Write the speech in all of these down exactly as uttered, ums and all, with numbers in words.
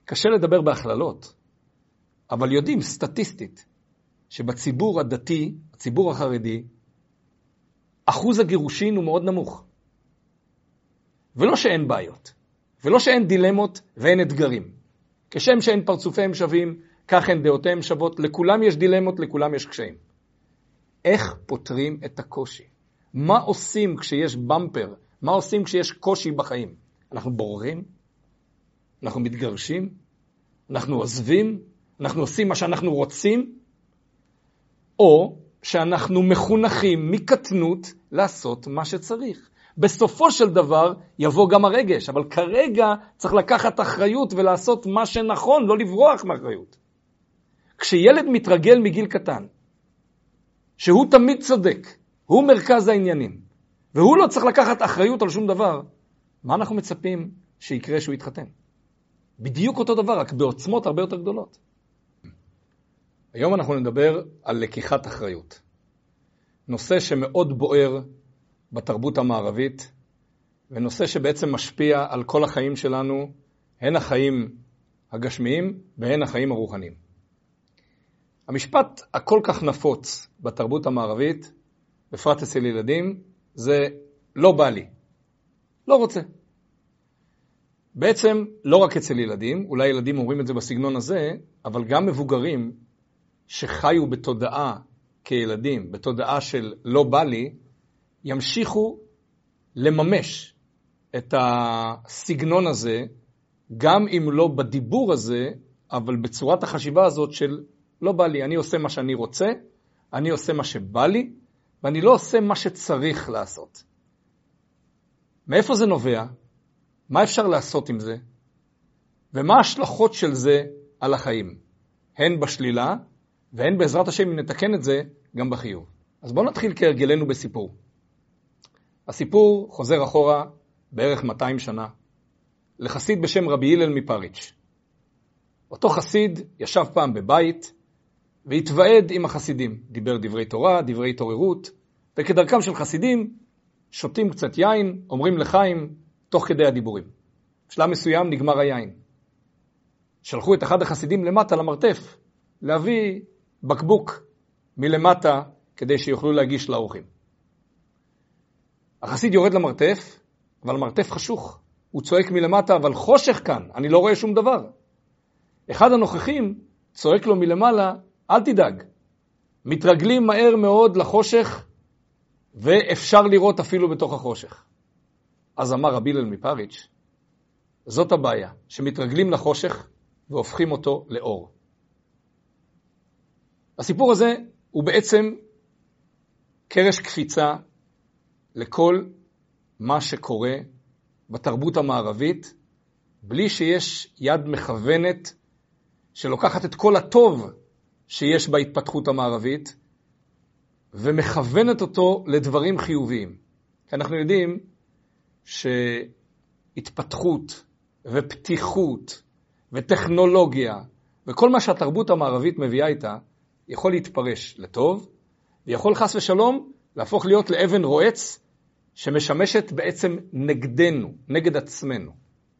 קשה לדבר בהכללות, אבל יודעים סטטיסטית שבציבור הדתי, הציבור החרדי, אחוז הגירושין הוא מאוד נמוך. ולא שאין בעיות, ולא שאין דילמות ואין אתגרים. כשם שאין פרצופיהם שווים, כך הן דעותיהם שוות. לכולם יש דילמות, לכולם יש קשיים. איך פותרים את הקושי? מה עושים כשיש במפר? מה עושים כשיש קושי בחיים? אנחנו בוררים? אנחנו מתגרשים? אנחנו עוזבים? אנחנו עושים מה שאנחנו רוצים? או שאנחנו מחונכים מקטנות לעשות מה שצריך. בסופו של דבר יבוא גם הרגש, אבל כרגע צריך לקחת אחריות ולעשות מה שנכון, לא לברוח מאחריות. כשילד מתרגל מגיל קטן, שהוא תמיד צודק, הוא מרכז העניינים, והוא לא צריך לקחת אחריות על שום דבר, מה אנחנו מצפים שיקרה שהוא יתחתן? בדיוק אותו דבר, רק בעוצמות הרבה יותר גדולות. היום אנחנו נדבר על לקיחת אחריות. נושא שמאוד בוער בתרבות המערבית, ונושא שבעצם משפיע על כל החיים שלנו, הן החיים הגשמיים והן החיים הרוחניים. המשפט הכל כך נפוץ בתרבות המערבית, בפרט אצל ילדים, זה לא בא לי, לא רוצה. בעצם לא רק אצל ילדים, אולי ילדים אומרים את זה בסגנון הזה, אבל גם מבוגרים שחיו בתודעה כילדים, בתודעה של לא בא לי, ימשיכו לממש את הסגנון הזה, גם אם לא בדיבור הזה, אבל בצורת החשיבה הזאת של לא בא לי, אני עושה מה שאני רוצה, אני עושה מה שבא לי, ואני לא עושה מה שצריך לעשות. מאיפה זה נובע? מה אפשר לעשות עם זה? ומה ההשלכות של זה על החיים? הן בשלילה, והן בעזרת השם אם נתקן את זה, גם בחיוב. אז בואו נתחיל כהרגלנו בסיפור. הסיפור חוזר אחורה בערך מאתיים שנה, לחסיד בשם רבי הלל מפריץ'. אותו חסיד ישב פעם בבית, והתוועד עם החסידים. דיבר דברי תורה, דברי התעוררות, וכדרכם של חסידים, שותים קצת יין, אומרים לחיים, תוך כדי הדיבורים. בשלב מסוים נגמר היין. שלחו את אחד החסידים למטה למרתף, להביא בקבוק מלמטה, כדי שיוכלו להגיש לאורחים. החסיד יורד למרתף, אבל המרתף חשוך. הוא צועק מלמטה, אבל חושך כאן, אני לא רואה שום דבר. אחד הנוכחים צועק לו מלמעלה, אל תדאג. מתרגלים מהר מאוד לחושך, ואפשר לראות אפילו בתוך החושך. אז אמר רבי הלל מפריץ', זאת הבעיה, שמתרגלים לחושך והופכים אותו לאור. הסיפור הזה הוא בעצם קרש קפיצה לכל מה שקורה בתרבות המערבית, בלי שיש יד מכוונת שלוקחת את כל הטוב שיש בהתפתחות המערבית, ומכוונת אותו לדברים חיוביים. כי אנחנו יודעים שהתפתחות ופתיחות וטכנולוגיה, וכל מה שהתרבות המערבית מביאה איתה, יכול להתפרש לטוב, ויכול חס ושלום להפוך להיות לאבן רועץ, שמשמשת בעצם נגדנו, נגד עצמנו.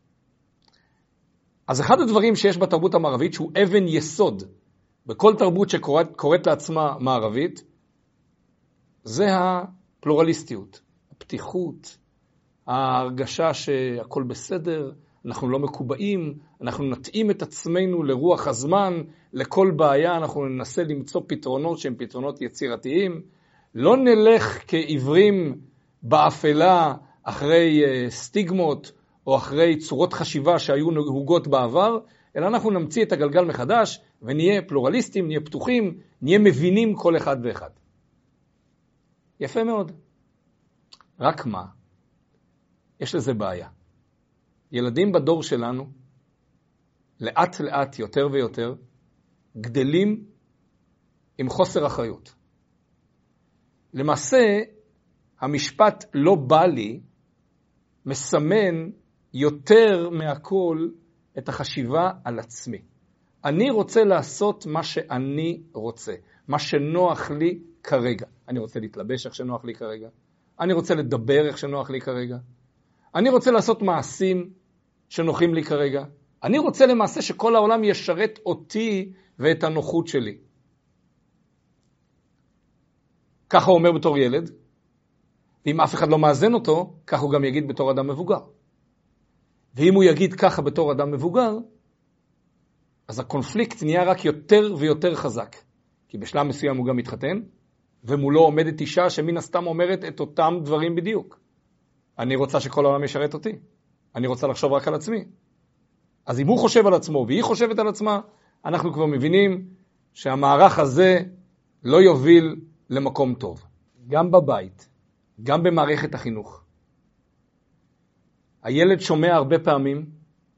אז אחד הדברים שיש בתרבות המערבית, שהוא אבן יסוד, בכל תרבות שקוראת לעצמה מערבית, זה הפלורליסטיות, הפתיחות, ההרגשה שהכל בסדר, אנחנו לא מקובעים, אנחנו נתאים את עצמנו לרוח הזמן, לכל בעיה אנחנו ננסה למצוא פתרונות שהם פתרונות יצירתיים, לא נלך כעיוורים באפלה אחרי סטיגמות או אחרי צורות חשיבה שהיו נהוגות בעבר, אלא אנחנו נמציא את הגלגל מחדש ונהיה פלורליסטים, נהיה פתוחים, נהיה מבינים כל אחד ואחד. יפה מאוד. רק מה? יש לזה בעיה. ילדים בדור שלנו, לאט לאט יותר ויותר, גדלים עם חוסר אחריות. למעשה, המשפט לא בא לי, מסמן יותר מהכל את החשיבה על עצמי. אני רוצה לעשות מה שאני רוצה, מה שנוח לי כרגע. אני רוצה להתלבש איך שנוח לי כרגע. אני רוצה לדבר איך שנוח לי כרגע. אני רוצה לעשות מעשים שנוחים לי כרגע. אני רוצה למעשה שכל העולם ישרת אותי ואת הנוחות שלי. ככה הוא אומר בתור ילד, ואם אף אחד לא מאזן אותו, כך הוא גם יגיד בתור אדם מבוגר. ואם הוא יגיד ככה בתור אדם מבוגר, אז הקונפליקט נהיה רק יותר ויותר חזק. כי בשלב מסוים הוא גם מתחתן, ומולו עומדת אישה שמן הסתם אומרת את אותם דברים בדיוק. אני רוצה שכל העולם ישרת אותי. אני רוצה לחשוב רק על עצמי. אז אם הוא חושב על עצמו והיא חושבת על עצמה, אנחנו כבר מבינים שהמערך הזה לא יוביל למקום טוב. גם בבית, גם במערכת החינוך. הילד שומע הרבה פעמים,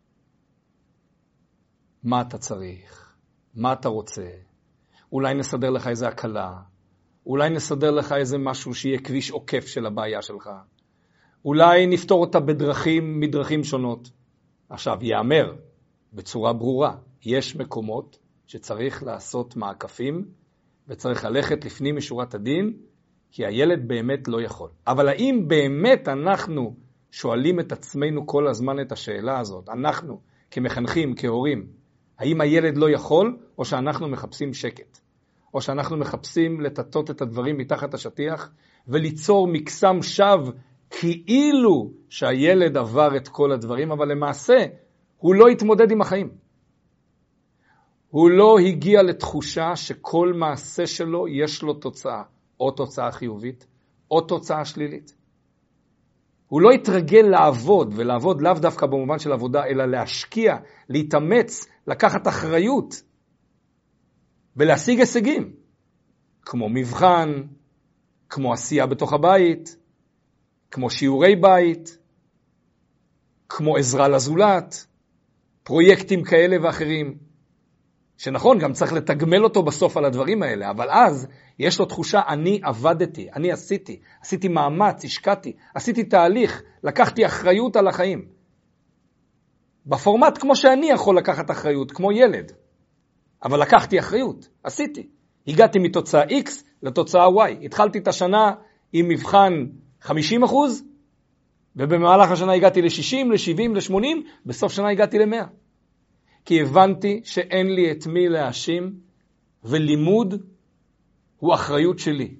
מה אתה צריך? מה אתה רוצה? אולי נסדר לך איזה הקלה, אולי נסדר לך איזה משהו שיהיה כביש עוקף של הבעיה שלך. אולי נפתור אותה בדרכים, מדרכים שונות. עכשיו, יאמר בצורה ברורה, יש מקומות שצריך לעשות מעקפים, וצריך ללכת לפנים משורת הדין, כי הילד באמת לא יכול. אבל האם באמת אנחנו שואלים את עצמנו כל הזמן את השאלה הזאת, אנחנו כמחנכים, כהורים, האם הילד לא יכול, או שאנחנו מחפשים שקט? או שאנחנו מחפשים לטטות את הדברים מתחת השטיח, וליצור מקסם שווא, כאילו שהילד עבר את כל הדברים, אבל למעשה הוא לא התמודד עם החיים. הוא לא הגיע לתחושה שכל מעשה שלו יש לו תוצאה, או תוצאה חיובית, או תוצאה שלילית. הוא לא התרגל לעבוד, ולעבוד לאו דווקא במובן של עבודה, אלא להשקיע, להתאמץ, לקחת אחריות, ולהשיג הישגים, כמו מבחן, כמו עשייה בתוך הבית, כמו שיעורי בית, כמו עזרה לזולת, פרויקטים כאלה ואחרים, שנכון, גם צריך לתגמל אותו בסוף על הדברים האלה, אבל אז יש לו תחושה, אני עבדתי, אני עשיתי, עשיתי מאמץ, השקעתי, עשיתי תהליך, לקחתי אחריות על החיים. בפורמט כמו שאני יכול לקחת אחריות, כמו ילד. אבל לקחתי אחריות, עשיתי. הגעתי מתוצאה X לתוצאה Y. התחלתי את השנה עם מבחן חמישים אחוז, ובמהלך השנה הגעתי ל-שישים, ל-שבעים, ל-שמונים, בסוף שנה הגעתי ל-מאה. כי הבנתי שאין לי את מי להאשים, ולימוד הוא אחריות שלי.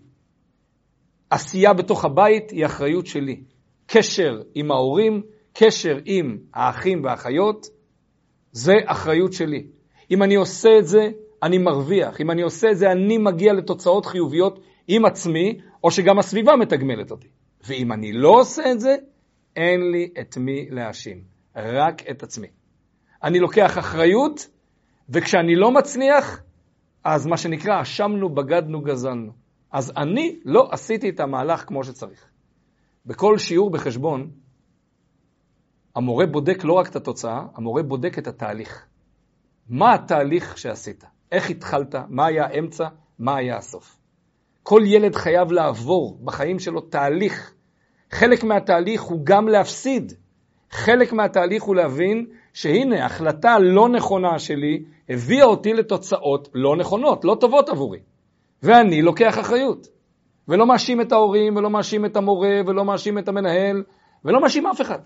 עשייה בתוך הבית היא אחריות שלי. קשר עם ההורים, קשר עם האחים והאחיות, זה אחריות שלי. אם אני עושה את זה, אני מרוויח. אם אני עושה את זה, אני מגיע לתוצאות חיוביות עם עצמי, או שגם הסביבה מתגמלת אותי. ואם אני לא עושה את זה, אין לי את מי להאשים. רק את עצמי. אני לוקח אחריות, וכשאני לא מצליח, אז מה שנקרא, אשמנו, בגדנו, גזלנו. אז אני לא עשיתי את המהלך כמו שצריך. בכל שיעור בחשבון, המורה בודק לא רק את התוצאה, המורה בודק את התהליך. מה התהליך שעשית? איך התחלת? מה היה האמצע? מה היה הסוף? כל ילד חייב לעבור בחיים שלו תהליך. חלק מהתהליך הוא גם להפסיד. חלק מהתהליך הוא להבין שהנה, החלטה לא נכונה שלי הביאה אותי לתוצאות לא נכונות, לא טובות עבורי. ואני לוקח אחריות. ולא מאשים את ההורים, ולא מאשים את המורה, ולא מאשים את המנהל, ולא מאשים אף אחד.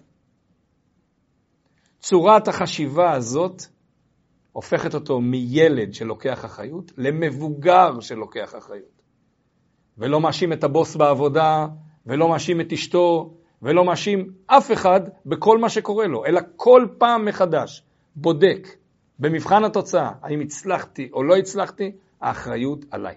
צורת החשיבה הזאת הופכת אותו מילד שלוקח אחריות למבוגר שלוקח אחריות. ולא מאשים את הבוס בעבודה, ולא מאשים את אשתו, ולא מאשים אף אחד בכל מה שקורה לו, אלא כל פעם מחדש בודק במבחן התוצאה, האם הצלחתי או לא הצלחתי, האחריות עליי.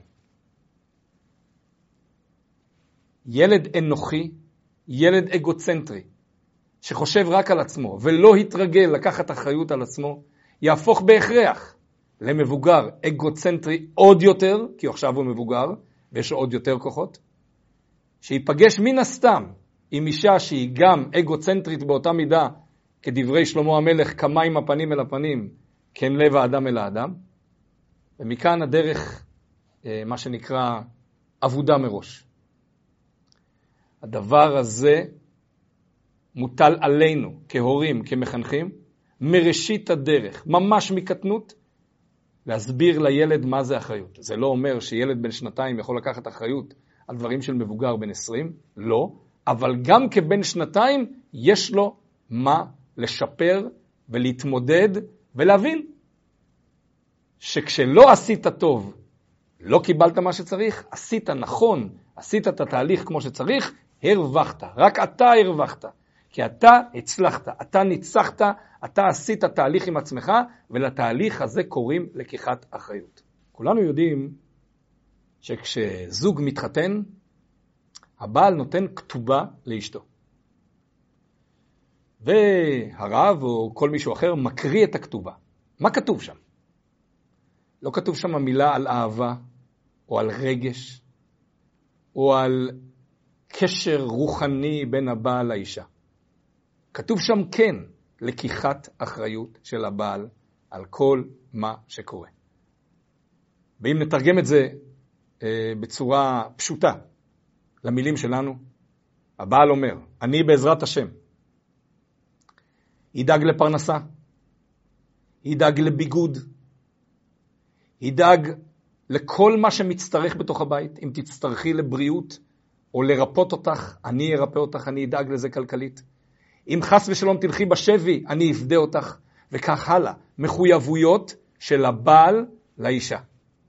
ילד אנוכי, ילד אגוצנטרי, שחושב רק על עצמו ולא התרגל לקחת אחריות על עצמו, יהפוך בהכרח למבוגר אגוצנטרי עוד יותר, כי עכשיו הוא מבוגר ויש לו עוד יותר כוחות, שיפגש מן הסתם עם אישה שהיא גם אגוצנטרית באותה מידה, כדברי שלמה המלך, כמים הפנים אל הפנים, כן לב האדם אל האדם. ומכאן הדרך, מה שנקרא, עבודה מראש. הדבר הזה מוטל עלינו כהורים, כמחנכים, מראשית הדרך, ממש מקטנות, להסביר לילד מה זה אחריות. זה לא אומר שילד בן שנתיים יכול לקחת אחריות על דברים של מבוגר בן עשרים, לא, אבל גם כבן שנתיים יש לו מה לשפר ולהתמודד ולהבין שכשלא עשית טוב, לא קיבלת מה שצריך, עשית נכון, עשית את התהליך כמו שצריך, הרווחת. רק אתה הרווחת. כי אתה הצלחת, אתה ניצחת, אתה עשית תהליך עם עצמך, ולתהליך הזה קוראים לקיחת אחריות. כולנו יודעים שכשזוג מתחתן, הבעל נותן כתובה לאשתו. והרב או כל מישהו אחר מקריא את הכתובה. מה כתוב שם? לא כתוב שם מילה על אהבה, או על רגש, או על קשר רוחני בין הבעל לאישה. כתוב שם כן, לקיחת אחריות של הבעל על כל מה שקורה. ואם נתרגם את זה אה, בצורה פשוטה למילים שלנו, הבעל אומר, אני בעזרת השם, ידאג לפרנסה, ידאג לביגוד, ידאג לכל מה שמצטרך בתוך הבית. אם תצטרכי לבריאות או לרפות אותך, אני ארפא אותך, אני אדאג לזה כלכלית. אם חס ושלום תלכי בשבי, אני אפדה אותך, וכך הלאה. מחויבויות של הבעל לאישה.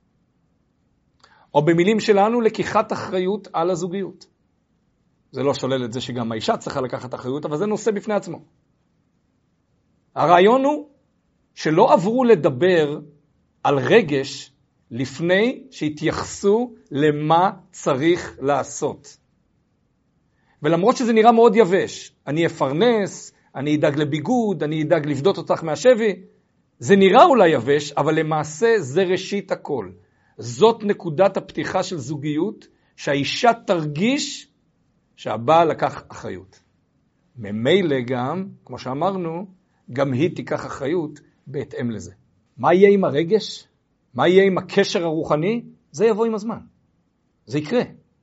או במילים שלנו, לקיחת אחריות על הזוגיות. זה לא שולל את זה שגם האישה צריכה לקחת אחריות, אבל זה נושא בפני עצמו. הרעיון הוא שלא עברו לדבר על רגש לפני שהתייחסו למה צריך לעשות. ולמרות שזה נראה מאוד יבש, אני אפרנס, אני אדאג לביגוד, אני אדאג לבדות אותך מהשבי, זה נראה אולי יבש, אבל למעשה זה ראשית הכל. זאת נקודת הפתיחה של זוגיות, שהאישה תרגיש שהבעל לקח אחריות. ממילא גם, כמו שאמרנו, גם היא תיקח אחריות בהתאם לזה. מה יהיה עם הרגש? מה יהיה עם הקשר הרוחני? זה יבוא עם הזמן. זה יקרה.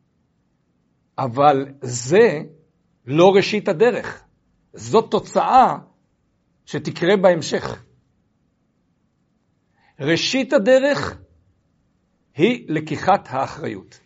אבל זה לא ראשית הדרך. זאת תוצאה שתקרה בהמשך. ראשית הדרך היא לקיחת האחריות.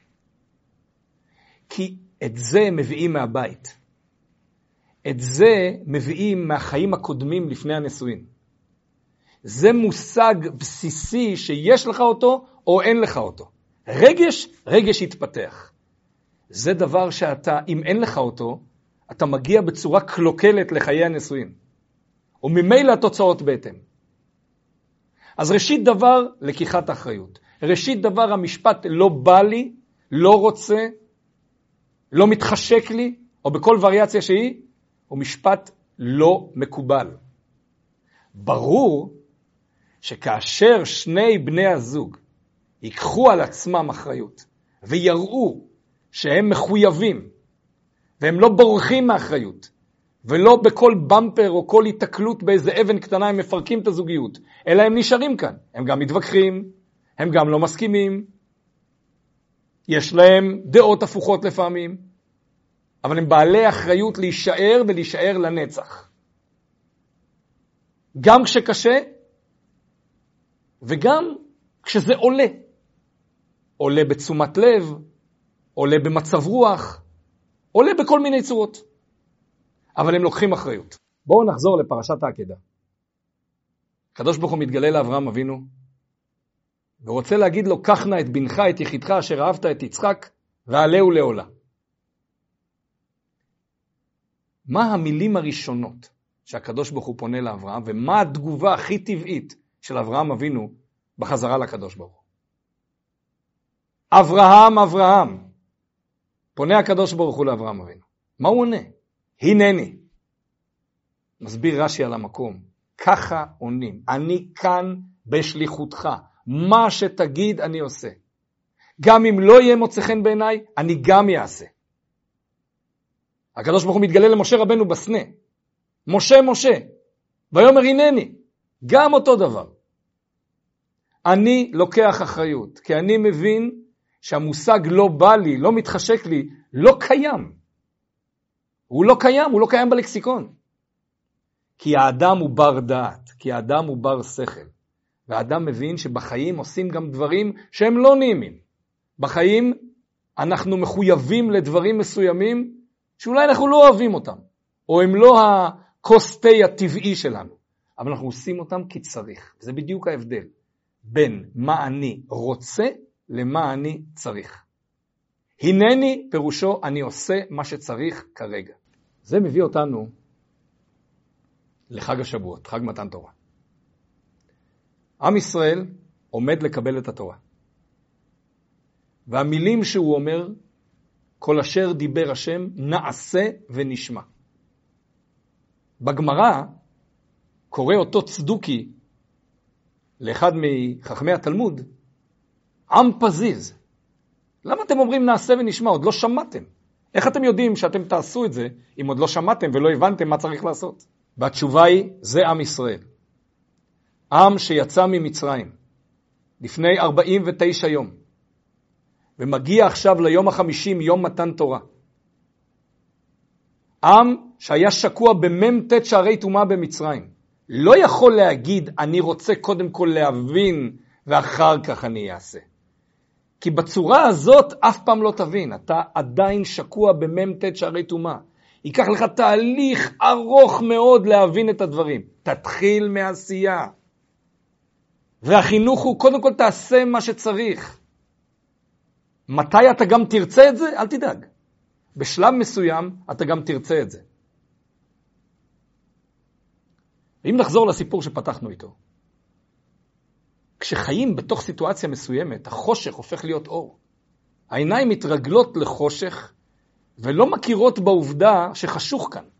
כי את זה מביאים מהבית. את זה מביאים מהחיים הקודמים לפני הנישואין. זה מושג בסיסי שיש לך אותו או אין לך אותו. רגש, רגש יתפתח. זה דבר שאתה, אם אין לך אותו, אתה מגיע בצורה קלוקלת לחיי הנישואין. וממילא התוצאות בהתאם. אז ראשית דבר, לקיחת אחריות. ראשית דבר, המשפט לא בא לי, לא רוצה, לא מתחשק לי, או בכל וריאציה שהיא, הוא משפט לא מקובל. ברור שכאשר שני בני הזוג ייקחו על עצמם אחריות, ויראו שהם מחויבים, והם לא בורחים מאחריות, ולא בכל במפר או כל התקלות באיזה אבן קטנה הם מפרקים את הזוגיות, אלא הם נשארים כאן. הם גם מתווכחים, הם גם לא מסכימים, יש להם דעות הפוכות לפעמים, אבל הם בעלי אחריות להישאר ולהישאר לנצח. גם כשקשה, וגם כשזה עולה. עולה בתשומת לב, עולה במצב רוח, עולה בכל מיני צורות. אבל הם לוקחים אחריות. בואו נחזור לפרשת העקדה. הקדוש ברוך הוא מתגלה לאברהם אבינו, ורוצה להגיד לו, קח נא את בנך, את יחידך, אשר אהבת את יצחק, ועלהו לעולה. מה המילים הראשונות שהקדוש ברוך הוא פונה לאברהם, ומה התגובה הכי טבעית של אברהם אבינו בחזרה לקדוש ברוך הוא? אברהם, אברהם. פונה הקדוש ברוך הוא לאברהם אבינו. מה הוא עונה? הנני. מסביר רש"י על המקום. ככה עונים. אני כאן בשליחותך. מה שתגיד אני עושה. גם אם לא יהיה מוצא חן בעיניי, אני גם יעשה. הקדוש ברוך הוא מתגלה למשה רבנו בסנה. משה, משה. ויאמר הנני. גם אותו דבר. אני לוקח אחריות. כי אני מבין שהמושג לא בא לי, לא מתחשק לי, לא קיים. הוא לא קיים, הוא לא קיים בלקסיקון. כי האדם הוא בר דעת, כי האדם הוא בר שכל. והאדם מבין שבחיים עושים גם דברים שהם לא נעימים. בחיים אנחנו מחויבים לדברים מסוימים שאולי אנחנו לא אוהבים אותם, או הם לא הכוס תה הטבעי שלנו. אבל אנחנו עושים אותם כי צריך. זה בדיוק ההבדל בין מה אני רוצה למה אני צריך. הנני פירושו אני עושה מה שצריך כרגע. זה מביא אותנו לחג השבועות, חג מתן תורה. עם ישראל עומד לקבל את התורה. והמילים שהוא אומר, כל אשר דיבר השם, נעשה ונשמע. בגמרא קורא אותו צדוקי לאחד מחכמי התלמוד, עם פזיז. למה אתם אומרים נעשה ונשמע? עוד לא שמעתם. איך אתם יודעים שאתם תעשו את זה אם עוד לא שמעתם ולא הבנתם מה צריך לעשות? והתשובה היא, זה עם ישראל. עם שיצא ממצרים לפני ארבעים ותשע יום, ומגיע עכשיו ליום החמישים, יום מתן תורה. עם שהיה שקוע במ"ט שערי טומאה במצרים, לא יכול להגיד, אני רוצה קודם כל להבין, ואחר כך אני אעשה. כי בצורה הזאת אף פעם לא תבין, אתה עדיין שקוע במ"ט שערי טומאה. ייקח לך תהליך ארוך מאוד להבין את הדברים. תתחיל מעשייה. והחינוך הוא קודם כל תעשה מה שצריך. מתי אתה גם תרצה את זה? אל תדאג. בשלב מסוים אתה גם תרצה את זה. אם נחזור לסיפור שפתחנו איתו. כשחיים בתוך סיטואציה מסוימת, החושך הופך להיות אור. העיניים מתרגלות לחושך ולא מכירות בעובדה שחשוך כאן.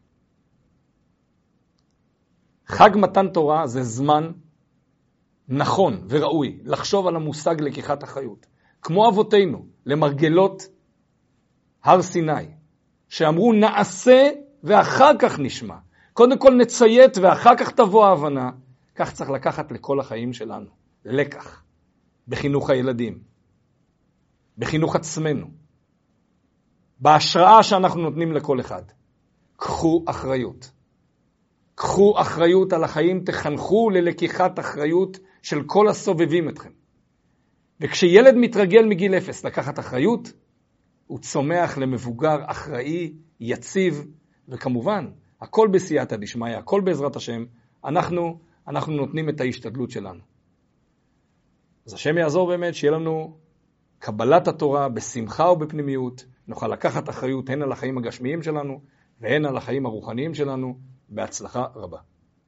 חג מתן תורה זה זמן נכון וראוי לחשוב על המושג לקיחת אחריות. כמו אבותינו, למרגלות הר סיני, שאמרו נעשה ואחר כך נשמע. קודם כל נציית ואחר כך תבוא ההבנה. כך צריך לקחת לכל החיים שלנו. לקח. בחינוך הילדים. בחינוך עצמנו. בהשראה שאנחנו נותנים לכל אחד. קחו אחריות. קחו אחריות על החיים, תחנכו ללקיחת אחריות של כל הסובבים אתכם. וכשילד מתרגל מגיל אפס לקחת אחריות, הוא צומח למבוגר אחראי, יציב, וכמובן, הכל בסייעתא דשמיא, הכל בעזרת השם, אנחנו, אנחנו נותנים את ההשתדלות שלנו. אז השם יעזור באמת שיהיה לנו קבלת התורה בשמחה ובפנימיות, נוכל לקחת אחריות הן על החיים הגשמיים שלנו, והן על החיים הרוחניים שלנו, בהצלחה רבה.